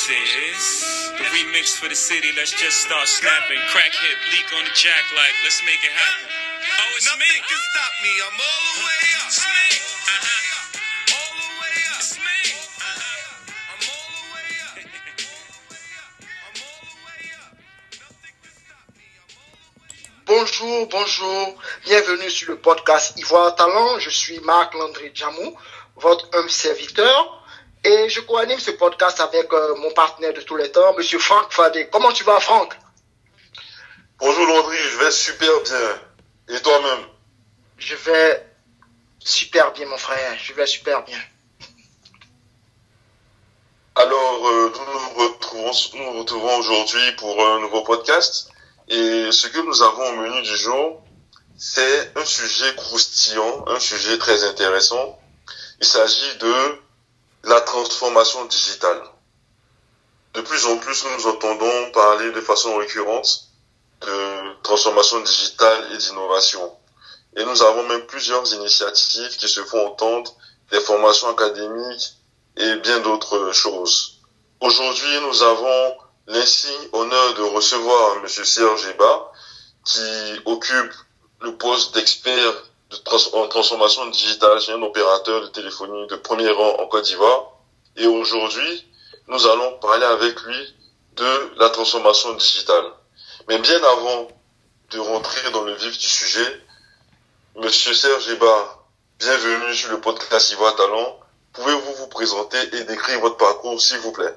This is the remix for the city. Let's just start snapping. Crack hit, bleak on the jack like, let's make it happen. Oh, it's Nothing me. can stop me. I'm all the way up. It's me. All the way up. It's me. I'm all the way up. I'm all the way up. Nothing can stop me. I'm all the way up. Bonjour, bienvenue sur le podcast Ivoire Talent. Je suis Marc Landry Djamou, votre humble serviteur. Et je co-anime ce podcast avec mon partenaire de tous les temps, Monsieur Franck Fadé. Comment tu vas, Franck? Bonjour Landry, je vais super bien. Et toi-même? Je vais super bien, mon frère. Je vais super bien. Alors, nous nous retrouvons aujourd'hui pour un nouveau podcast. Et ce que nous avons au menu du jour, c'est un sujet croustillant, un sujet très intéressant. Il s'agit de la transformation digitale. De plus en plus, nous entendons parler de façon récurrente de transformation digitale et d'innovation. Et nous avons même plusieurs initiatives qui se font entendre, des formations académiques et bien d'autres choses. Aujourd'hui, nous avons l'insigne honneur de recevoir M. Serge Eba, qui occupe le poste d'expert en transformation digitale chez un opérateur de téléphonie de premier rang en Côte d'Ivoire. Et aujourd'hui, nous allons parler avec lui de la transformation digitale. Mais bien avant de rentrer dans le vif du sujet, Monsieur Serge Eba, bienvenue sur le podcast Ivoire Talent. Pouvez-vous vous présenter et décrire votre parcours, s'il vous plaît?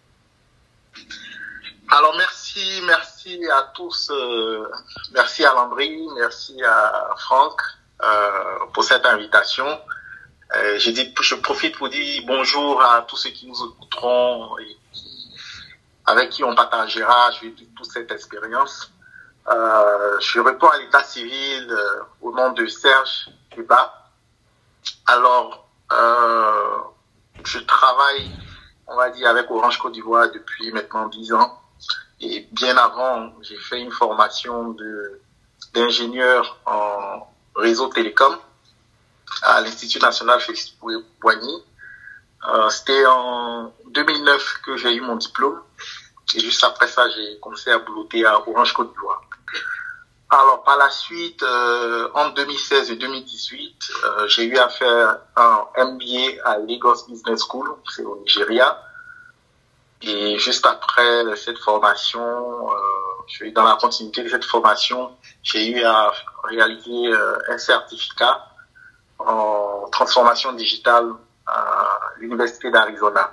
Alors, merci à tous. Merci à Landry, merci à Franck pour cette invitation. Je profite pour dire bonjour à tous ceux qui nous écouteront et avec qui on partagera toute cette expérience. Je réponds à l'état civil au nom de Serge Eba. Alors, je travaille, on va dire, avec Orange Côte d'Ivoire depuis maintenant 10 ans. Et bien avant, j'ai fait une formation d'ingénieur en réseau télécom à l'Institut national Félix Houphouët-Boigny. C'était en 2009 que j'ai eu mon diplôme. Et juste après ça, j'ai commencé à boulotter à Orange Côte d'Ivoire. Alors, par la suite, en 2016 et 2018, j'ai eu à faire un MBA à Lagos Business School, c'est au Nigeria. Et juste après cette formation, dans la continuité de cette formation, j'ai eu à réaliser un certificat en transformation digitale à l'Université d'Arizona.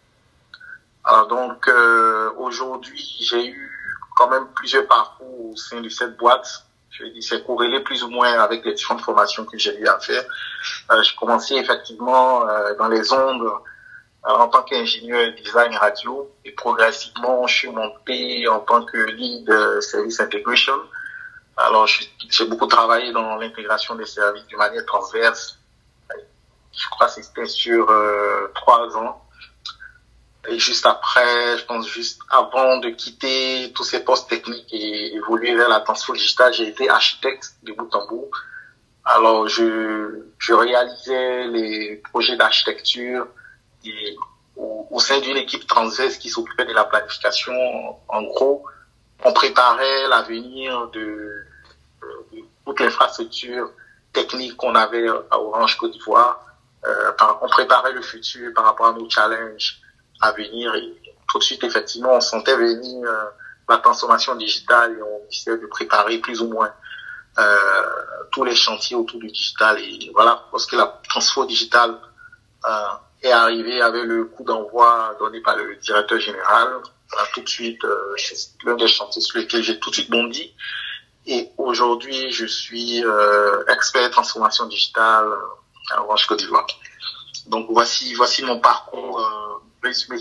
Alors donc, aujourd'hui, j'ai eu quand même plusieurs parcours au sein de cette boîte. Je dis, c'est corrélé plus ou moins avec les différentes formations que j'ai eu à faire. J'ai commencé effectivement dans les ondes en tant qu'ingénieur design radio et progressivement, je suis monté en tant que lead service integration. Alors, j'ai beaucoup travaillé dans l'intégration des services d'une manière transverse. Je crois que c'était sur 3 ans. Et juste après, je pense juste avant de quitter tous ces postes techniques et évoluer vers la transformation digitale, j'ai été architecte de bout en bout. Alors, je réalisais les projets d'architecture et au sein d'une équipe transverse qui s'occupait de la planification. En gros, on préparait l'avenir de toute l'infrastructure technique qu'on avait à Orange Côte d'Ivoire. On préparait le futur par rapport à nos challenges à venir et tout de suite, effectivement, on sentait venir la transformation digitale et on essayait de préparer plus ou moins tous les chantiers autour du digital. Et voilà, lorsque la transformation digitale est arrivée avec le coup d'envoi donné par le directeur général, tout de suite, c'est l'un des chantiers sur lesquels j'ai tout de suite bondi. Et aujourd'hui, je suis expert transformation digitale à Orange Côte d'Ivoire. Donc voici mon parcours résumé.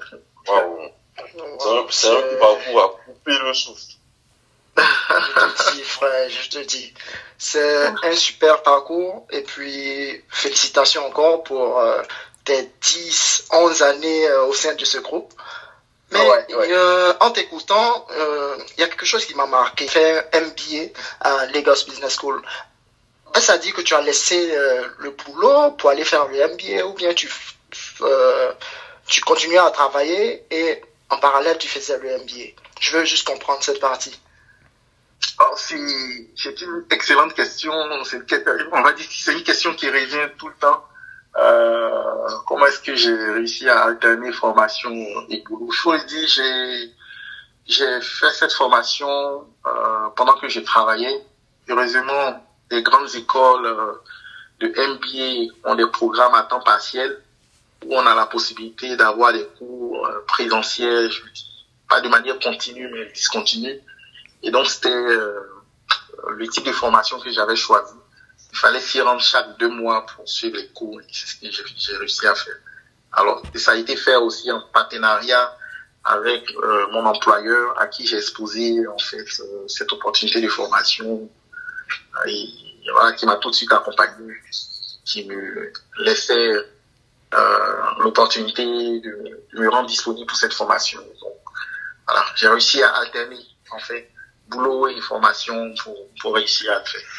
Wow. C'est un parcours à couper le souffle. Je te dis, frère, je te dis. C'est un super parcours. Et puis, félicitations encore pour tes 10-11 années au sein de ce groupe. Mais en t'écoutant, il y a quelque chose qui m'a marqué. Faire MBA à Lagos Business School. Ça dit que tu as laissé le boulot pour aller faire le MBA ou bien tu continuais à travailler et en parallèle, tu faisais le MBA. Je veux juste comprendre cette partie. Alors, c'est une excellente question. On va dire que c'est une question qui revient tout le temps. Comment est-ce que j'ai réussi à alterner formation et boulot? Il faut le dire, j'ai fait cette formation pendant que je travaillais. Heureusement, les grandes écoles de MBA ont des programmes à temps partiel où on a la possibilité d'avoir des cours présentiels, pas de manière continue mais discontinue. Et donc c'était le type de formation que j'avais choisi. Il fallait s'y rendre chaque 2 mois pour suivre les cours. Et c'est ce que j'ai réussi à faire. Alors, ça a été fait aussi en partenariat avec mon employeur à qui j'ai exposé en fait cette opportunité de formation et voilà, qui m'a tout de suite accompagné, qui me laissait l'opportunité de me rendre disponible pour cette formation. Donc, voilà, j'ai réussi à alterner en fait boulot et formation pour réussir à le faire.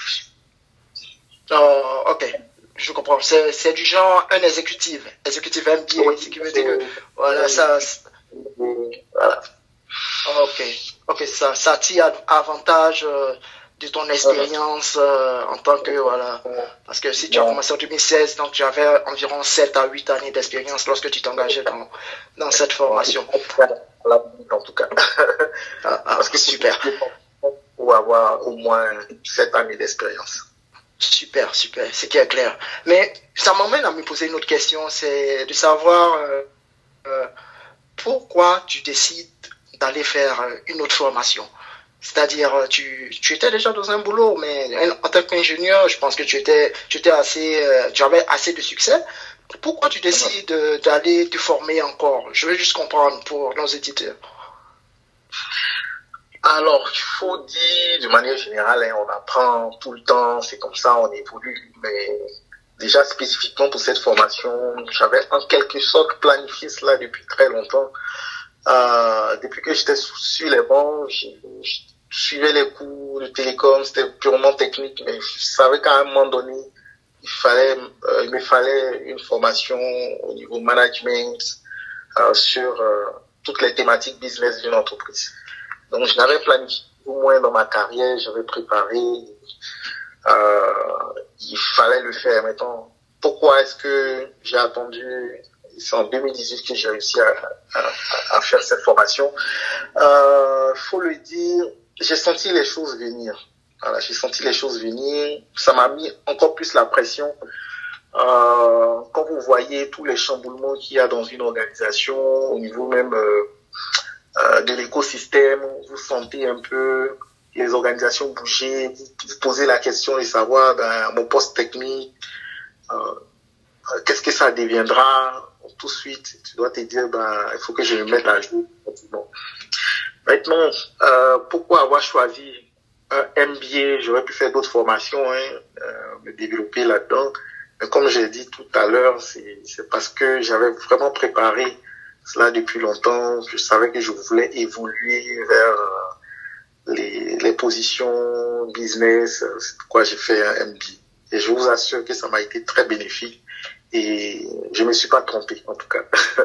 Oh, ok, je comprends. C'est du genre un exécutif MBA, Oui, ce qui veut dire que voilà, ça. Voilà. Ok, ça tire avantage de ton expérience en tant que, voilà, parce que si tu as commencé en 2016, donc tu avais environ 7 à 8 années d'expérience lorsque tu t'engageais dans cette formation. En tout cas. Parce que super. Pour avoir au moins 7 années d'expérience. Super, c'est clair. Mais ça m'amène à me poser une autre question, c'est de savoir pourquoi tu décides d'aller faire une autre formation. C'est-à-dire, tu étais déjà dans un boulot, mais en tant qu'ingénieur, je pense que tu avais assez de succès. Pourquoi tu décides d'aller te former encore? Je veux juste comprendre pour nos éditeurs. Alors, il faut dire, de manière générale, on apprend tout le temps, c'est comme ça, on évolue. Mais déjà, spécifiquement pour cette formation, j'avais en quelque sorte planifié cela depuis très longtemps. Depuis que j'étais sur les bancs, je suivais les cours de télécom, c'était purement technique, mais je savais qu'à un moment donné, il me fallait une formation au niveau management sur toutes les thématiques business d'une entreprise. Donc, je l'avais planifié au moins dans ma carrière, j'avais préparé, il fallait le faire. Maintenant, pourquoi est-ce que j'ai attendu? C'est en 2018 que j'ai réussi à faire cette formation. Faut le dire, j'ai senti les choses venir. Voilà, j'ai senti les choses venir. Ça m'a mis encore plus la pression. Quand vous voyez tous les chamboulements qu'il y a dans une organisation, au niveau même de l'écosystème, vous sentez un peu les organisations bouger, vous posez la question de savoir, mon poste technique, qu'est-ce que ça deviendra? Tout de suite, tu dois te dire, il faut que je me mette à jour. Bon. Maintenant, pourquoi avoir choisi un MBA? J'aurais pu faire d'autres formations, me développer là-dedans. Mais comme j'ai dit tout à l'heure, c'est parce que j'avais vraiment préparé cela depuis longtemps. Je savais que je voulais évoluer vers les positions business. C'est pourquoi j'ai fait un MBA. Et je vous assure que ça m'a été très bénéfique. Et je me suis pas trompé, en tout cas.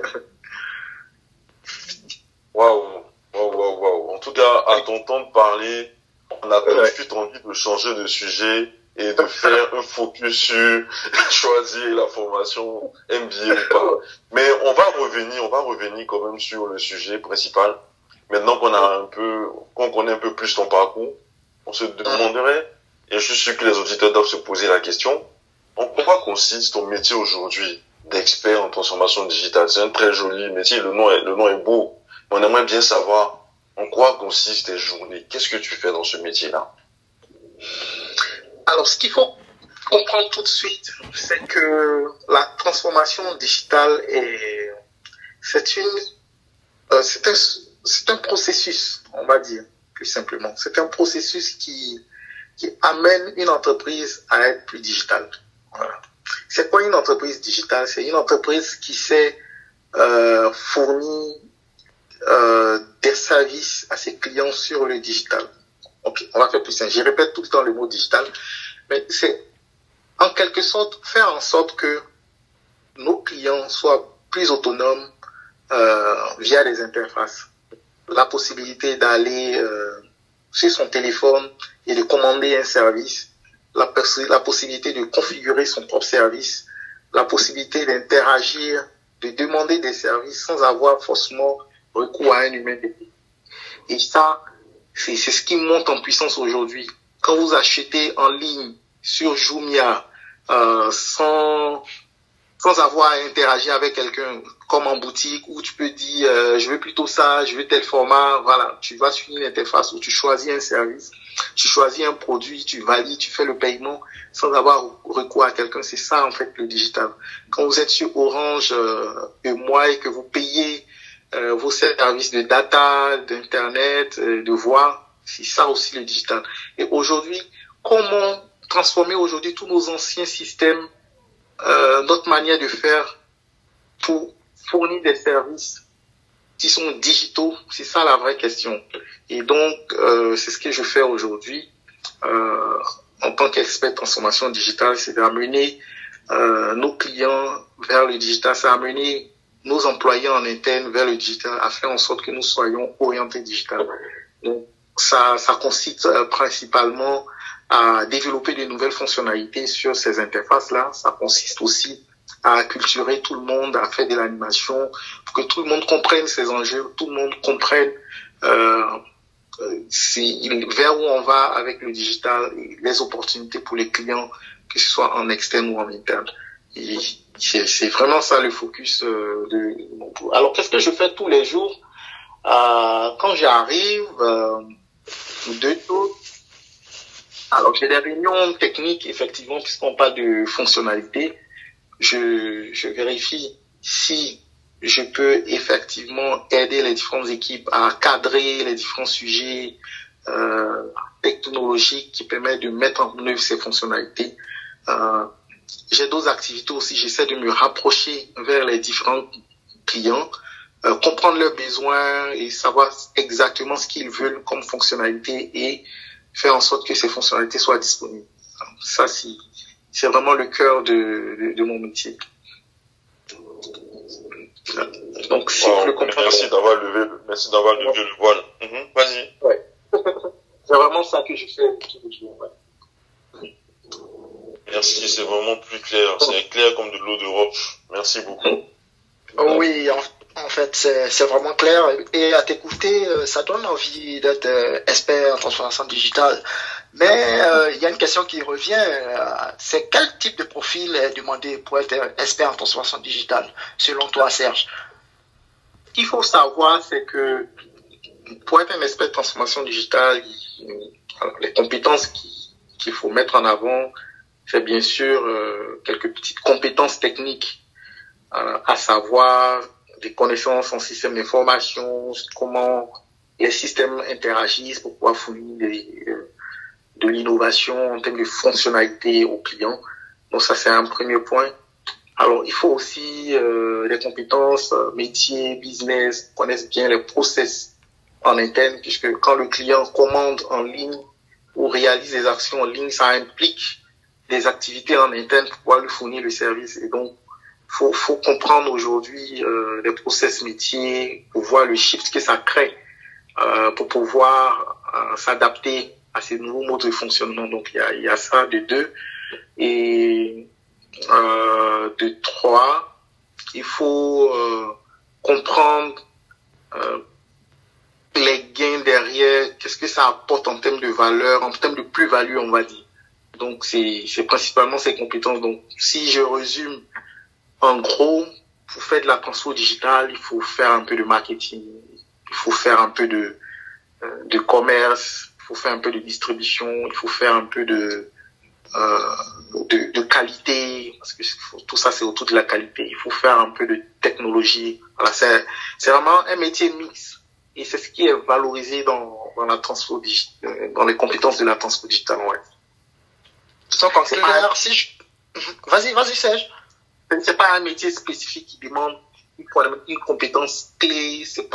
Waouh. En tout cas, à t'entendre parler, on a tout de suite envie de changer de sujet et de faire un focus sur choisir la formation MBA ou pas. Mais on va revenir quand même sur le sujet principal. Maintenant qu'on connaît un peu plus ton parcours, on se demanderait, et je suis sûr que les auditeurs doivent se poser la question, en quoi consiste ton métier aujourd'hui d'expert en transformation digitale? C'est un très joli métier, le nom est beau. Mais on aimerait bien savoir en quoi consistent tes journées. Qu'est-ce que tu fais dans ce métier-là? Alors, ce qu'il faut comprendre tout de suite, c'est que la transformation digitale c'est un processus, on va dire, plus simplement. C'est un processus qui amène une entreprise à être plus digitale. Voilà. C'est quoi une entreprise digitale? C'est une entreprise qui sait fournir des services à ses clients sur le digital. Ok, on va faire plus simple. Je répète tout le temps le mot digital, mais c'est en quelque sorte faire en sorte que nos clients soient plus autonomes, via les interfaces. La possibilité d'aller sur son téléphone et de commander un service, la possibilité de configurer son propre service, la possibilité d'interagir, de demander des services sans avoir forcément recours à un humain. Et ça, c'est ce qui monte en puissance aujourd'hui. Quand vous achetez en ligne sur Jumia, sans avoir à interagir avec quelqu'un, comme en boutique, où tu peux dire, je veux plutôt ça, je veux tel format, voilà, tu vas sur une interface où tu choisis un service, tu choisis un produit, tu valides, tu fais le paiement sans avoir recours à quelqu'un. C'est ça, en fait, le digital. Quand vous êtes sur Orange, moi, et que vous payez vos services de data, d'internet, de voix, c'est ça aussi le digital. Et aujourd'hui, comment transformer aujourd'hui tous nos anciens systèmes, notre manière de faire pour fournir des services qui sont digitaux, c'est ça la vraie question. Et donc, c'est ce que je fais aujourd'hui en tant qu'expert transformation digitale, c'est d'amener nos clients vers le digital, c'est d'amener nos employés en interne vers le digital, à faire en sorte que nous soyons orientés digital. Donc, ça consiste principalement à développer de nouvelles fonctionnalités sur ces interfaces-là. Ça consiste aussi à acculturer tout le monde, à faire de l'animation, pour que tout le monde comprenne ces enjeux, tout le monde comprenne vers où on va avec le digital, les opportunités pour les clients, que ce soit en externe ou en interne. Et c'est vraiment ça le focus de mon boulot. Alors, qu'est-ce que je fais tous les jours quand j'arrive? Deux choses. Alors, j'ai des réunions techniques, effectivement, puisqu'on parle de fonctionnalité. Je vérifie si je peux effectivement aider les différentes équipes à cadrer les différents sujets technologiques qui permettent de mettre en œuvre ces fonctionnalités. J'ai d'autres activités aussi. J'essaie de me rapprocher vers les différents clients, comprendre leurs besoins et savoir exactement ce qu'ils veulent comme fonctionnalité et faire en sorte que ces fonctionnalités soient disponibles. Ça, c'est vraiment le cœur de mon métier. Donc, si vous le comprenez. Merci d'avoir levé le voile. Vas-y. Ouais. C'est vraiment ça que je fais tous les jours. Ouais. Merci, c'est vraiment plus clair. C'est clair comme de l'eau de roche. Merci beaucoup. Oui, en fait, c'est vraiment clair. Et à t'écouter, ça donne envie d'être expert en transformation digitale. Mais il y a une question qui revient. C'est quel type de profil est demandé pour être expert en transformation digitale, selon toi, Serge? Ce qu'il faut savoir, c'est que pour être un expert de transformation digitale, les compétences qu'il faut mettre en avant, c'est bien sûr quelques petites compétences techniques, à savoir des connaissances en système d'information, comment les systèmes interagissent pour pouvoir fournir de l'innovation en termes de fonctionnalité aux clients. Donc ça, c'est un premier point. Alors, il faut aussi des compétences métiers, business, connaissent bien les process en interne, puisque quand le client commande en ligne ou réalise des actions en ligne, ça implique des activités en interne pour pouvoir lui fournir le service. Et donc, faut comprendre aujourd'hui les process métiers pour voir le shift que ça crée pour pouvoir s'adapter à ces nouveaux modes de fonctionnement. Donc, il y a ça de deux. Et de trois, il faut comprendre les gains derrière, qu'est-ce que ça apporte en termes de valeur, en termes de plus-value, on va dire. Donc, c'est principalement ces compétences. Donc, si je résume, en gros, pour faire de la transfo digitale, il faut faire un peu de marketing, il faut faire un peu de commerce, il faut faire un peu de distribution, il faut faire un peu de qualité, parce que tout ça c'est autour de la qualité. Il faut faire un peu de technologie. Voilà, c'est vraiment un métier mix, et c'est ce qui est valorisé dans la transfo digitale, dans les compétences de la transfo digitale. Ouais. Donc en clair, vas-y Serge. C'est pas un métier spécifique qui demande une compétence clé. C'est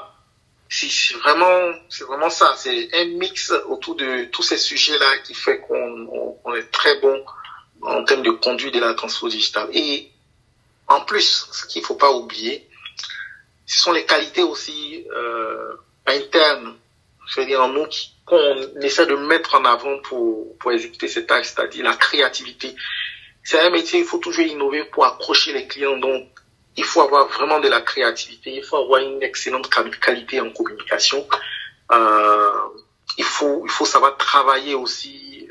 vraiment ça. C'est un mix autour de tous ces sujets-là qui fait qu'on est très bon en termes de conduite de la transfo digitale. Et en plus, ce qu'il faut pas oublier, ce sont les qualités aussi internes, je veux dire en nous, qu'on essaie de mettre en avant pour exécuter ces tâches, c'est-à-dire la créativité. C'est un métier, il faut toujours innover pour accrocher les clients, donc il faut avoir vraiment de la créativité, il faut avoir une excellente qualité en communication. Il faut savoir travailler aussi,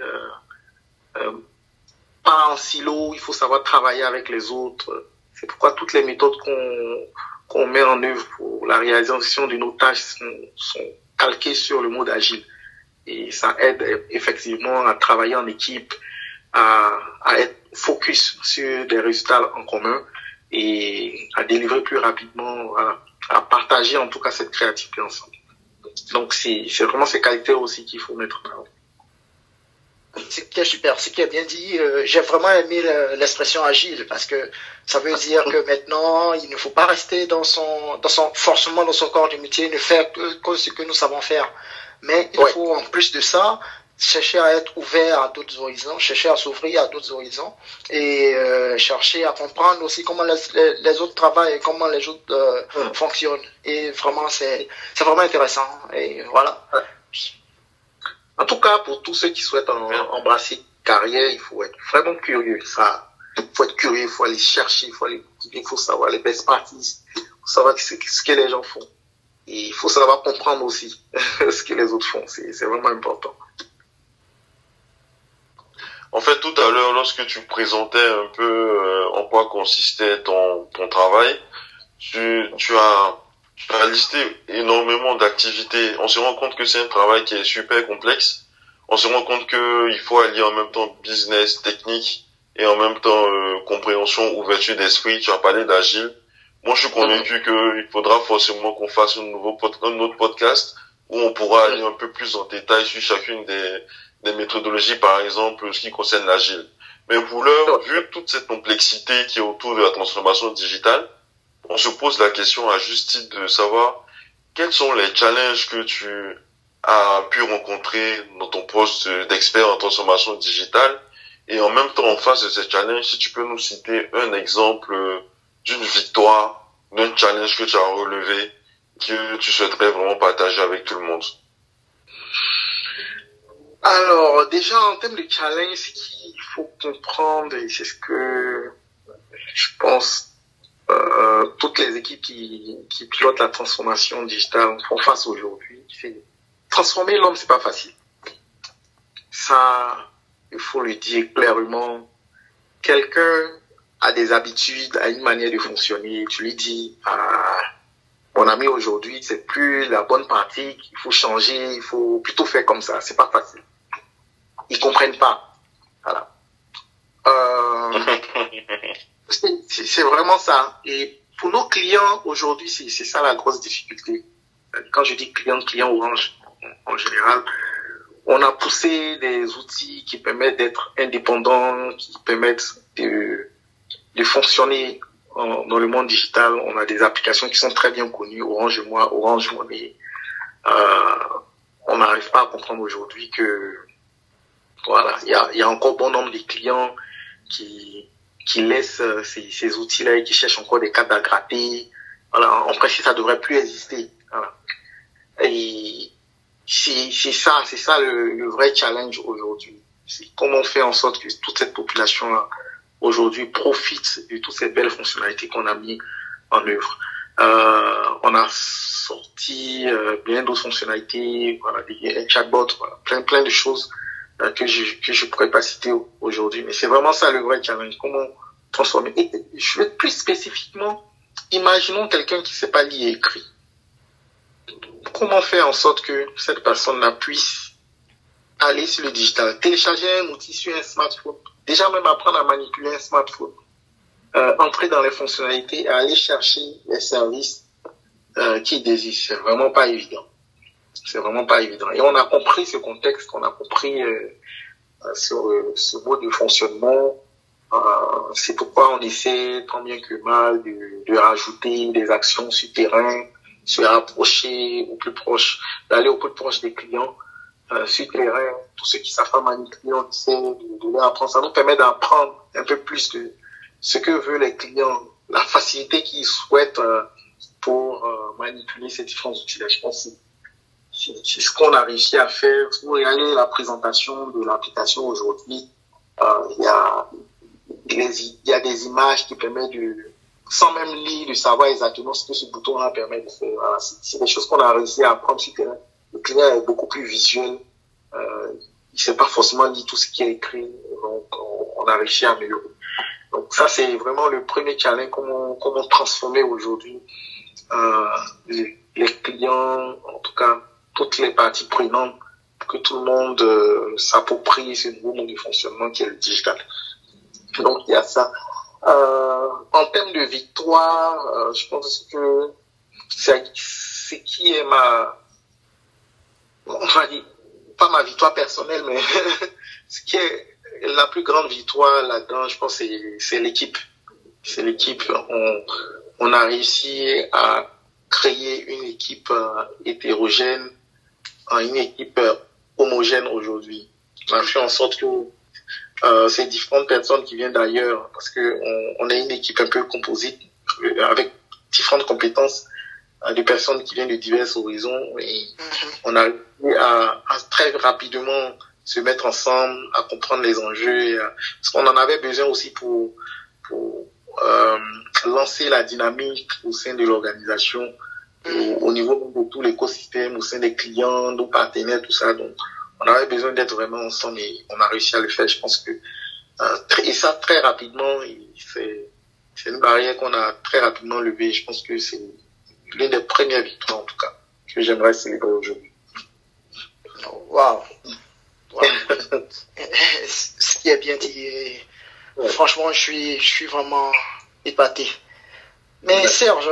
pas en silo, il faut savoir travailler avec les autres. C'est pourquoi toutes les méthodes qu'on met en œuvre pour la réalisation de nos tâches sont calquées sur le mode agile. Et ça aide effectivement à travailler en équipe, à être focus sur des résultats en commun et à délivrer plus rapidement, à partager en tout cas cette créativité ensemble. Donc c'est vraiment ces qualités aussi qu'il faut mettre en avant. C'est qui est super, c'est qui est bien dit. J'ai vraiment aimé l'expression agile parce que ça veut dire que maintenant il ne faut pas rester forcément dans son corps de métier, ne faire que ce que nous savons faire. Mais il faut en plus de ça chercher à être ouvert à d'autres horizons, chercher à s'ouvrir à d'autres horizons et chercher à comprendre aussi comment les autres travaillent et comment les autres fonctionnent. Et vraiment c'est vraiment intéressant. Et voilà. En tout cas, pour tous ceux qui souhaitent embrasser une carrière, il faut être vraiment curieux. Il faut être curieux, il faut aller chercher, il faut savoir les best practices, il faut savoir ce que les gens font. Et il faut savoir comprendre aussi ce que les autres font. C'est vraiment important. En fait, tout à l'heure, lorsque tu présentais un peu en quoi consistait ton travail, tu as listé énormément d'activités. On se rend compte que c'est un travail qui est super complexe. On se rend compte qu'il faut allier en même temps business, technique et en même temps compréhension, ouverture d'esprit. Tu as parlé d'agile. Moi, je suis convaincu qu'il faudra forcément qu'on fasse un autre podcast où on pourra aller un peu plus en détail sur chacune des méthodologies, par exemple, ce qui concerne l'agile. Mais pour l'heure, vu toute cette complexité qui est autour de la transformation digitale, on se pose la question à juste titre de savoir quels sont les challenges que tu as pu rencontrer dans ton poste d'expert en transformation digitale et en même temps en face de ces challenges, si tu peux nous citer un exemple d'une victoire, d'un challenge que tu as relevé, que tu souhaiterais vraiment partager avec tout le monde. Alors, déjà, en termes de challenge, ce qu'il faut comprendre, et c'est ce que je pense toutes les équipes qui pilotent la transformation digitale font face aujourd'hui, c'est transformer l'homme, c'est pas facile. Ça, il faut le dire clairement. Quelqu'un a des habitudes, a une manière de fonctionner. Tu lui dis, mon ami, aujourd'hui, c'est plus la bonne pratique. Il faut changer. Il faut plutôt faire comme ça. C'est pas facile. Ils comprennent pas. Voilà. C'est vraiment ça. Et pour nos clients, aujourd'hui, c'est ça la grosse difficulté. Quand je dis client Orange, en général, on a poussé des outils qui permettent d'être indépendants, qui permettent de fonctionner dans le monde digital. On a des applications qui sont très bien connues, Orange et moi, Orange Money. On n'arrive pas à comprendre aujourd'hui que voilà, il y a encore bon nombre de clients qui laissent ces outils-là et qui cherchent encore des cadres à gratter. Voilà, en principe, ça devrait plus exister. Voilà. Et c'est ça le vrai challenge aujourd'hui. C'est comment faire en sorte que toute cette population aujourd'hui profite de toutes ces belles fonctionnalités qu'on a mis en œuvre. On a sorti bien d'autres fonctionnalités, voilà, des chatbots, voilà, plein de choses que je pourrais pas citer aujourd'hui, mais c'est vraiment ça le vrai challenge. Comment transformer. Et je vais plus spécifiquement, imaginons quelqu'un qui sait pas lire et écrire. Comment faire en sorte que cette personne-là puisse aller sur le digital, télécharger un outil sur un smartphone, déjà même apprendre à manipuler un smartphone, entrer dans les fonctionnalités et aller chercher les services qu'il désire. C'est vraiment pas évident. C'est vraiment pas évident. Et on a compris ce contexte, on a compris ce mode de fonctionnement. C'est pourquoi on essaie tant bien que mal de rajouter des actions sur terrain, se rapprocher au plus proche, d'aller au plus proche des clients sur terrain. Tous ceux qui savent pas manipuler, on essaie de leur apprendre. Ça nous permet d'apprendre un peu plus de ce que veulent les clients, la facilité qu'ils souhaitent pour manipuler ces différents outils. Je pense que c'est ce qu'on a réussi à faire. Si vous regardez la présentation de l'application aujourd'hui, il y a des images qui permettent sans même lire, de savoir exactement ce que ce bouton-là permet de faire. Voilà, c'est des choses qu'on a réussi à apprendre sur le terrain. Le client est beaucoup plus visuel. Il ne sait pas forcément lire tout ce qui est écrit. Donc, on a réussi à améliorer. Donc, ça, c'est vraiment le premier challenge comment transformer aujourd'hui les clients, en tout cas, toutes les parties prenantes, pour que tout le monde s'approprie ce nouveau mode de fonctionnement qui est le digital. Donc, il y a ça. En termes de victoire, je pense que c'est qui est on va dire, pas ma victoire personnelle, mais ce qui est la plus grande victoire là-dedans, je pense, c'est l'équipe. C'est l'équipe. On a réussi à créer une équipe hétérogène, une équipe homogène aujourd'hui. On a fait en sorte que ces différentes personnes qui viennent d'ailleurs, parce que on est une équipe un peu composite, avec différentes compétences, de personnes qui viennent de divers horizons, et on a réussi à très rapidement se mettre ensemble, à comprendre les enjeux, parce qu'on en avait besoin aussi pour lancer la dynamique au sein de l'organisation, au niveau de tout l'écosystème, au sein des clients, nos partenaires, tout ça. Donc, on avait besoin d'être vraiment ensemble et on a réussi à le faire. Je pense que et ça très rapidement, c'est une barrière qu'on a très rapidement levée. Je pense que c'est l'une des premières victoires, en tout cas, que j'aimerais célébrer aujourd'hui. Waouh! Ce qui est bien dit. Ouais. Franchement, je suis vraiment épaté. Mais ouais. Serge,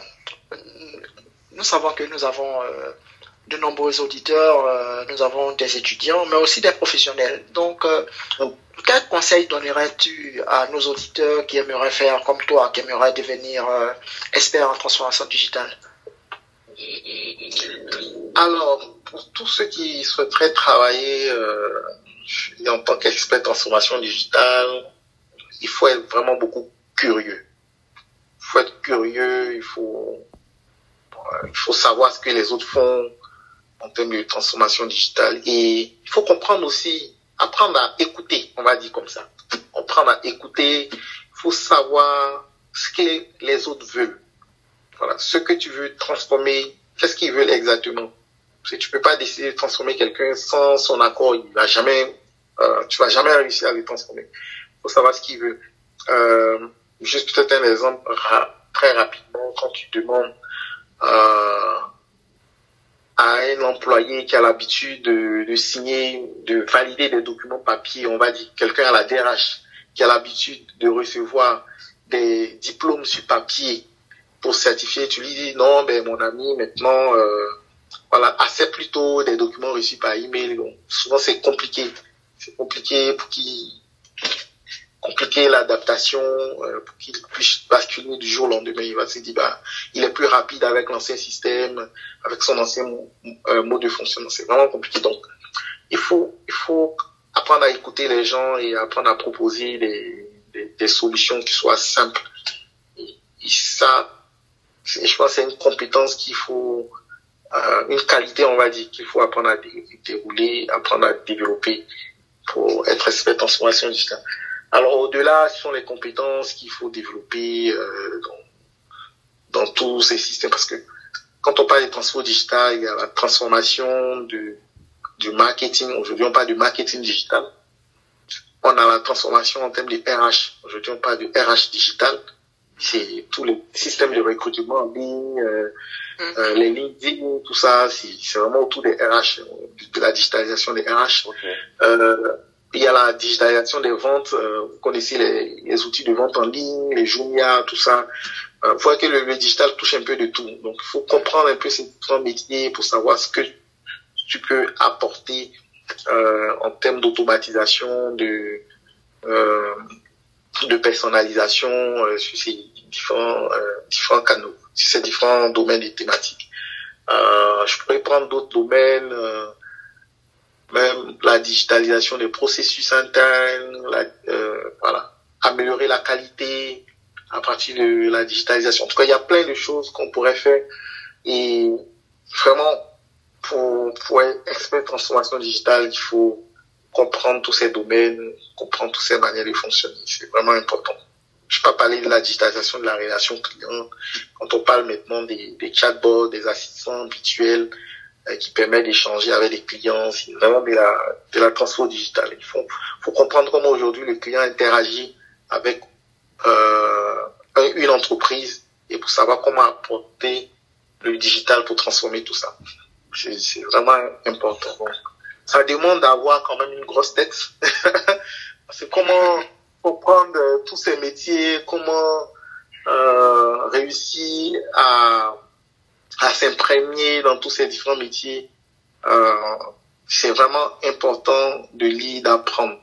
nous savons que nous avons de nombreux auditeurs, nous avons des étudiants, mais aussi des professionnels. Donc, quel conseil donnerais-tu à nos auditeurs qui aimeraient faire comme toi, qui aimeraient devenir experts en transformation digitale? Alors, pour tous ceux qui souhaiteraient travailler en tant qu'expert en transformation digitale, il faut être vraiment beaucoup curieux. Il faut être curieux, il faut savoir ce que les autres font en termes de transformation digitale. Et il faut comprendre aussi, apprendre à écouter, on va dire comme ça. Apprendre à écouter, il faut savoir ce que les autres veulent. Voilà, ce que tu veux transformer, qu'est-ce qu'ils veulent exactement. Parce que tu peux pas décider de transformer quelqu'un sans son accord, tu vas jamais réussir à le transformer. Il faut savoir ce qu'il veut. Juste peut-être un exemple très rapidement, quand tu demandes à un employé qui a l'habitude de signer, de valider des documents papier, on va dire quelqu'un à la DRH qui a l'habitude de recevoir des diplômes sur papier pour certifier, tu lui dis non, ben mon ami, maintenant voilà, accepte plutôt des documents reçus par email. Donc, souvent c'est compliqué pour compliquer l'adaptation, pour qu'il puisse basculer du jour au lendemain. Il va se dire, il est plus rapide avec l'ancien système, avec son ancien mode de fonctionnement. C'est vraiment compliqué. Donc, il faut apprendre à écouter les gens et apprendre à proposer des solutions qui soient simples. Et ça, je pense que c'est une compétence qu'il faut, une qualité, on va dire, qu'il faut apprendre à dérouler, apprendre à développer pour être expert en transformation digitale. Alors au-delà, ce sont les compétences qu'il faut développer dans tous ces systèmes, parce que quand on parle de transfert digital, il y a la transformation du marketing. Aujourd'hui, on parle de marketing digital. On a la transformation en termes de RH. Aujourd'hui, on parle de RH digital. C'est tous les systèmes de recrutement en ligne, les LinkedIn, tout ça, c'est vraiment autour des RH, de la digitalisation des RH. Okay. Il y a la digitalisation des ventes, vous connaissez les outils de vente en ligne, les Jumia, tout ça. Vous voyez que le digital touche un peu de tout. Donc, il faut comprendre un peu ces différents métiers pour savoir ce que tu peux apporter en termes d'automatisation, de personnalisation sur ces différents canaux, sur ces différents domaines et thématiques. Je pourrais prendre d'autres domaines, même la digitalisation des processus internes, voilà, améliorer la qualité, à partir de la digitalisation. En tout cas, il y a plein de choses qu'on pourrait faire et vraiment, pour être expert de transformation digitale, il faut comprendre tous ces domaines, comprendre toutes ces manières de fonctionner. C'est vraiment important. Je ne vais pas parler de la digitalisation de la relation client. Quand on parle maintenant des chatbots, des assistants virtuels qui permettent d'échanger avec les clients, c'est vraiment de la transformation digitale. Il faut comprendre comment aujourd'hui le client interagit avec une entreprise et pour savoir comment apporter le digital pour transformer tout ça. C'est vraiment important. Donc, ça demande d'avoir quand même une grosse tête. C'est comment comprendre tous ces métiers, comment réussir à s'imprégner dans tous ces différents métiers. C'est vraiment important de lire, d'apprendre.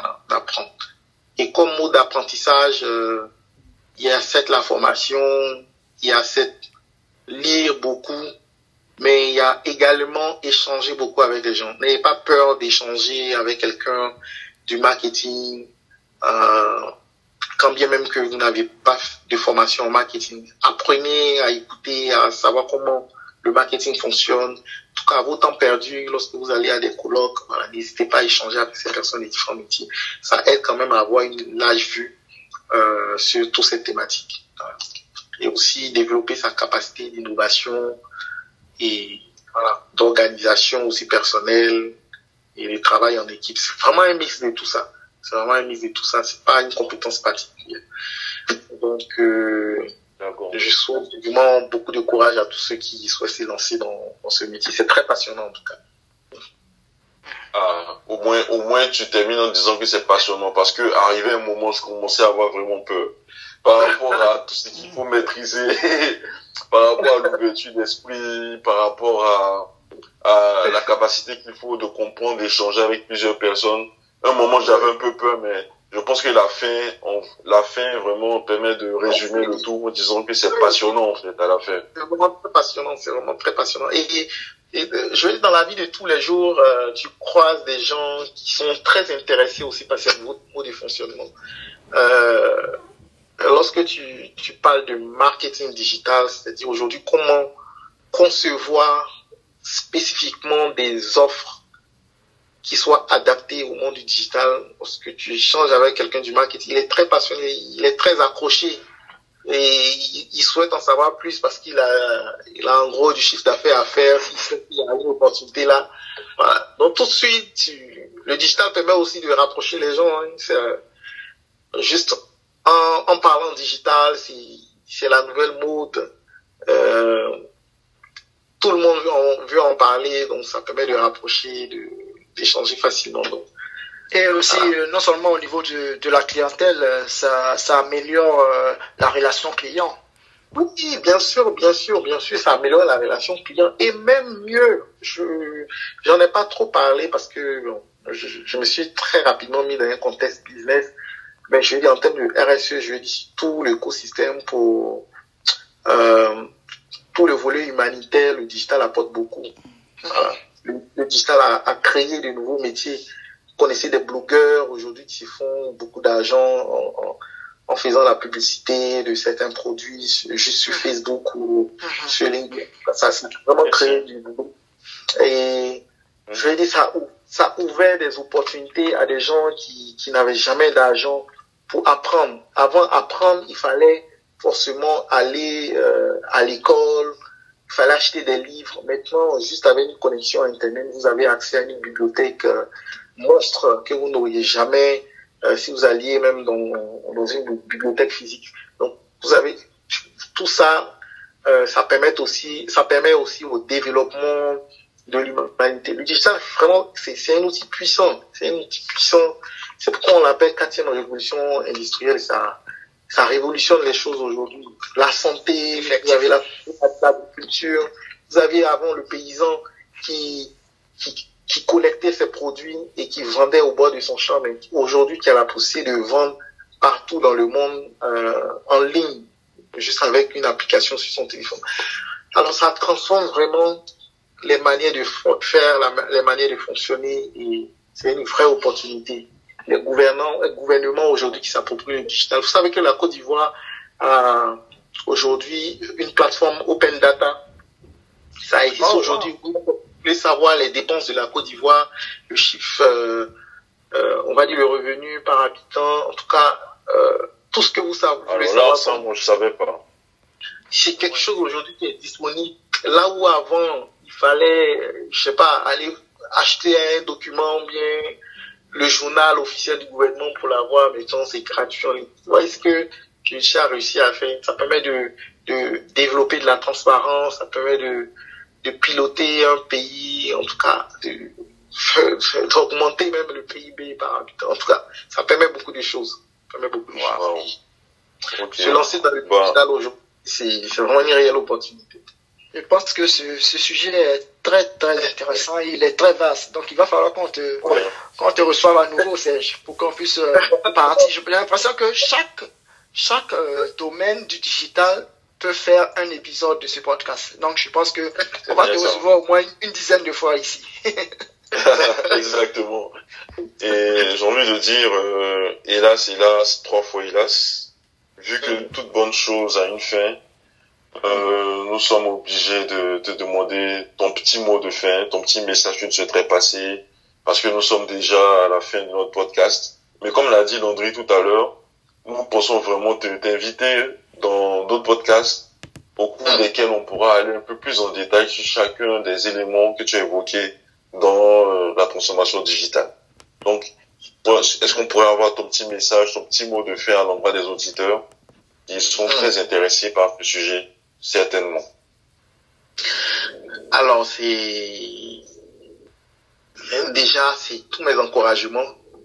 Et comme mot d'apprentissage, il y a cette la formation, il y a cette lire beaucoup, mais il y a également échanger beaucoup avec les gens. N'ayez pas peur d'échanger avec quelqu'un du marketing, quand bien même que vous n'avez pas de formation en marketing. Apprenez à écouter, à savoir comment le marketing fonctionne. En tout cas, à vos temps perdus, lorsque vous allez à des colloques, voilà, n'hésitez pas à échanger avec ces personnes des différents métiers. Ça aide quand même à avoir une large vue sur toutes ces thématiques. Voilà. Et aussi développer sa capacité d'innovation et voilà, d'organisation aussi personnelle et de travail en équipe. C'est vraiment un mix de tout ça. C'est pas une compétence particulière. Donc, je souhaite vraiment beaucoup de courage à tous ceux qui souhaitent se lancer dans ce métier. C'est très passionnant en tout cas. Au moins, tu termines en disant que c'est passionnant parce que arrivé un moment, je commençais à avoir vraiment peur par rapport à tout ce qu'il faut maîtriser, par rapport à l'ouverture d'esprit, par rapport à la capacité qu'il faut de comprendre, d'échanger avec plusieurs personnes. Un moment, j'avais un peu peur, mais je pense que la fin vraiment permet de résumer le tout en disant que c'est passionnant, en fait, à la fin. C'est vraiment très passionnant. Et je veux dire, dans la vie de tous les jours, tu croises des gens qui sont très intéressés aussi par ces mots de fonctionnement. Lorsque tu parles de marketing digital, c'est-à-dire aujourd'hui comment concevoir spécifiquement des offres qui soient adaptées au monde du digital. Lorsque tu échanges avec quelqu'un du marketing, il est très passionné, il est très accroché et il souhaite en savoir plus parce qu'il a en gros du chiffre d'affaires à faire, il sait qu'il y a une opportunité là. Voilà. Donc tout de suite, le digital permet aussi de rapprocher les gens. Hein. C'est juste en parlant digital, c'est la nouvelle mode. Tout le monde veut en parler, donc ça permet de rapprocher, d'échanger facilement. Donc. Et aussi, non seulement au niveau de la clientèle, ça améliore la relation client. Oui, bien sûr, ça améliore la relation client. Et même mieux, j'en ai pas trop parlé parce que bon, je me suis très rapidement mis dans un contexte business. Mais je veux dire, en termes de RSE, je veux dire, tout l'écosystème pour tout le volet humanitaire, le digital apporte beaucoup. Voilà. Le digital a créé de nouveaux métiers. Vous connaissez des blogueurs aujourd'hui qui font beaucoup d'argent en faisant la publicité de certains produits juste sur Facebook ou sur LinkedIn. Ça a vraiment créé du nouveau. Et je veux dire, ça a ouvert des opportunités à des gens qui n'avaient jamais d'argent pour apprendre. Avant apprendre, il fallait forcément aller à l'école, il fallait acheter des livres. Maintenant, juste avec une connexion Internet, vous avez accès à une bibliothèque monstre que vous n'auriez jamais si vous alliez même dans une bibliothèque physique. Donc, vous avez tout ça, ça permet aussi au développement de l'humanité. Le digital, vraiment, c'est un outil puissant. C'est pourquoi on l'appelle 4e révolution industrielle. Ça révolutionne les choses aujourd'hui. La santé, vous avez l'agriculture, vous aviez avant le paysan qui collectait ses produits et qui vendait au bord de son champ, mais aujourd'hui qui a la possibilité de vendre partout dans le monde en ligne, juste avec une application sur son téléphone. Alors ça transforme vraiment les manières de faire, les manières de fonctionner, et c'est une vraie opportunité. Les gouvernements aujourd'hui qui s'approprient le digital. Vous savez que la Côte d'Ivoire a aujourd'hui une plateforme Open Data. Ça existe aujourd'hui. Vous voulez savoir les dépenses de la Côte d'Ivoire, le chiffre, on va dire le revenu par habitant, en tout cas, tout ce que vous savez. Alors là, ça, moi, je savais pas. C'est quelque chose aujourd'hui qui est disponible. Là où avant, il fallait, je sais pas, aller acheter un document, bien le journal officiel du gouvernement pour l'avoir, mais c'est gratuit. Vous voyez ce que Kilichi a réussi à faire? Ça permet de développer de la transparence, ça permet de piloter un pays, en tout cas, d'augmenter même le PIB par habitant. En tout cas, ça permet beaucoup de choses. Ça permet beaucoup de choses. Okay. Se lancer dans le digital aujourd'hui, c'est vraiment une réelle opportunité. Je pense que ce sujet est très, très intéressant. Il est très vaste. Donc, il va falloir qu'on te reçoive à nouveau, Serge, pour qu'on puisse partir. J'ai l'impression que chaque domaine du digital peut faire un épisode de ce podcast. Donc, je pense que on va te recevoir au moins une dizaine de fois ici. Exactement. Et j'ai envie de dire, hélas, 3 fois hélas, vu que toute bonne chose a une fin, nous sommes obligés de te demander ton petit mot de fin, ton petit message que tu souhaiterais passer, parce que nous sommes déjà à la fin de notre podcast. Mais comme l'a dit Landry tout à l'heure, nous pensons vraiment t'inviter dans d'autres podcasts au cours desquels on pourra aller un peu plus en détail sur chacun des éléments que tu as évoqués dans la transformation digitale. Donc, est-ce qu'on pourrait avoir ton petit message, ton petit mot de fin à l'endroit des auditeurs qui sont très intéressés par ce sujet? Certainement. Alors, déjà, c'est tous mes encouragements.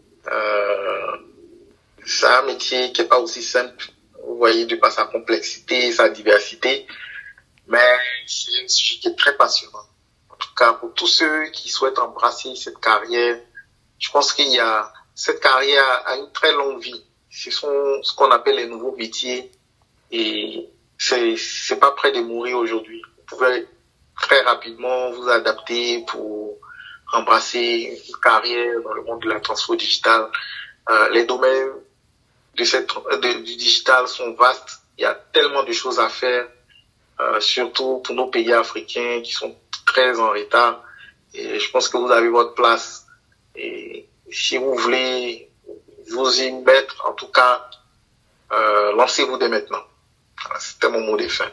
C'est un métier qui est pas aussi simple, vous voyez, de par sa complexité, sa diversité, mais c'est un sujet qui est très passionnant. En tout cas, pour tous ceux qui souhaitent embrasser cette carrière, je pense cette carrière a une très longue vie. Ce sont ce qu'on appelle les nouveaux métiers et c'est pas près de mourir aujourd'hui. Vous pouvez très rapidement vous adapter pour embrasser une carrière dans le monde de la transformation digitale. Les domaines du digital sont vastes. Il y a tellement de choses à faire, surtout pour nos pays africains qui sont très en retard. Et je pense que vous avez votre place. Et si vous voulez vous y mettre, en tout cas, lancez-vous dès maintenant. C'était mon mot de fin.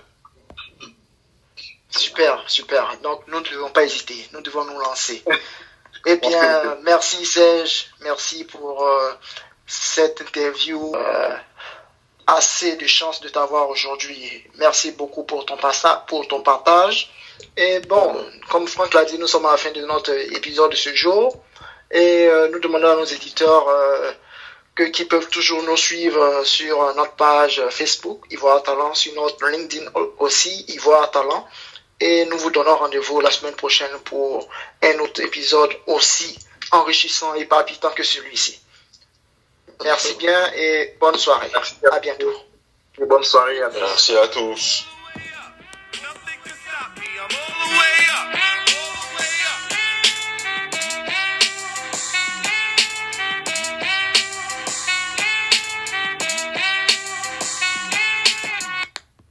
Super, super. Donc, nous ne devons pas hésiter. Nous devons nous lancer. Eh bien, merci Serge. Merci pour cette interview. Assez de chance de t'avoir aujourd'hui. Merci beaucoup pour ton partage. Et bon, comme Franck l'a dit, nous sommes à la fin de notre épisode de ce jour. Et nous demandons à nos éditeurs qui peuvent toujours nous suivre sur notre page Facebook, Ivoire Talent, sur notre LinkedIn aussi, Ivoire Talent. Et nous vous donnons rendez-vous la semaine prochaine pour un autre épisode aussi enrichissant et palpitant que celui-ci. Merci bien et bonne soirée. À bientôt. Bonne soirée à tous. Merci à tous.